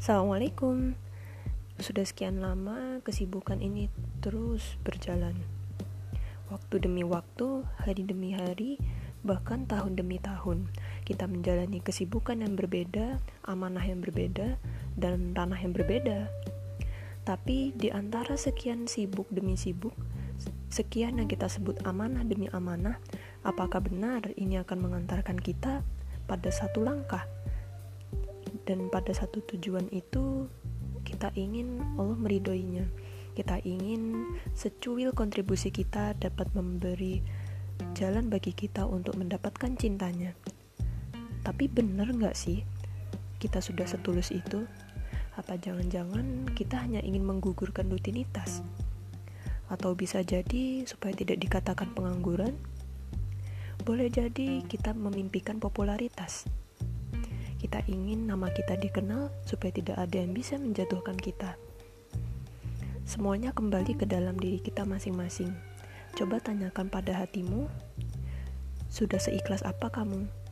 Assalamualaikum. Sudah sekian lama kesibukan ini terus berjalan. Waktu demi waktu, hari demi hari, bahkan tahun demi tahun, kita menjalani kesibukan yang berbeda, amanah yang berbeda, dan ranah yang berbeda. Tapi di antara sekian sibuk demi sibuk, sekian yang kita sebut amanah demi amanah, apakah benar ini akan mengantarkan kita pada satu langkah? Dan pada satu tujuan itu kita ingin Allah meridhoinya. Kita ingin secuil kontribusi kita dapat memberi jalan bagi kita untuk mendapatkan cintanya. Tapi benar gak sih kita sudah setulus itu? Apa jangan-jangan kita hanya ingin menggugurkan rutinitas? Atau bisa jadi supaya tidak dikatakan pengangguran? Boleh jadi kita memimpikan popularitas. Kita ingin nama kita dikenal supaya tidak ada yang bisa menjatuhkan kita. Semuanya kembali ke dalam diri kita masing-masing. Coba tanyakan pada hatimu, sudah seikhlas apa kamu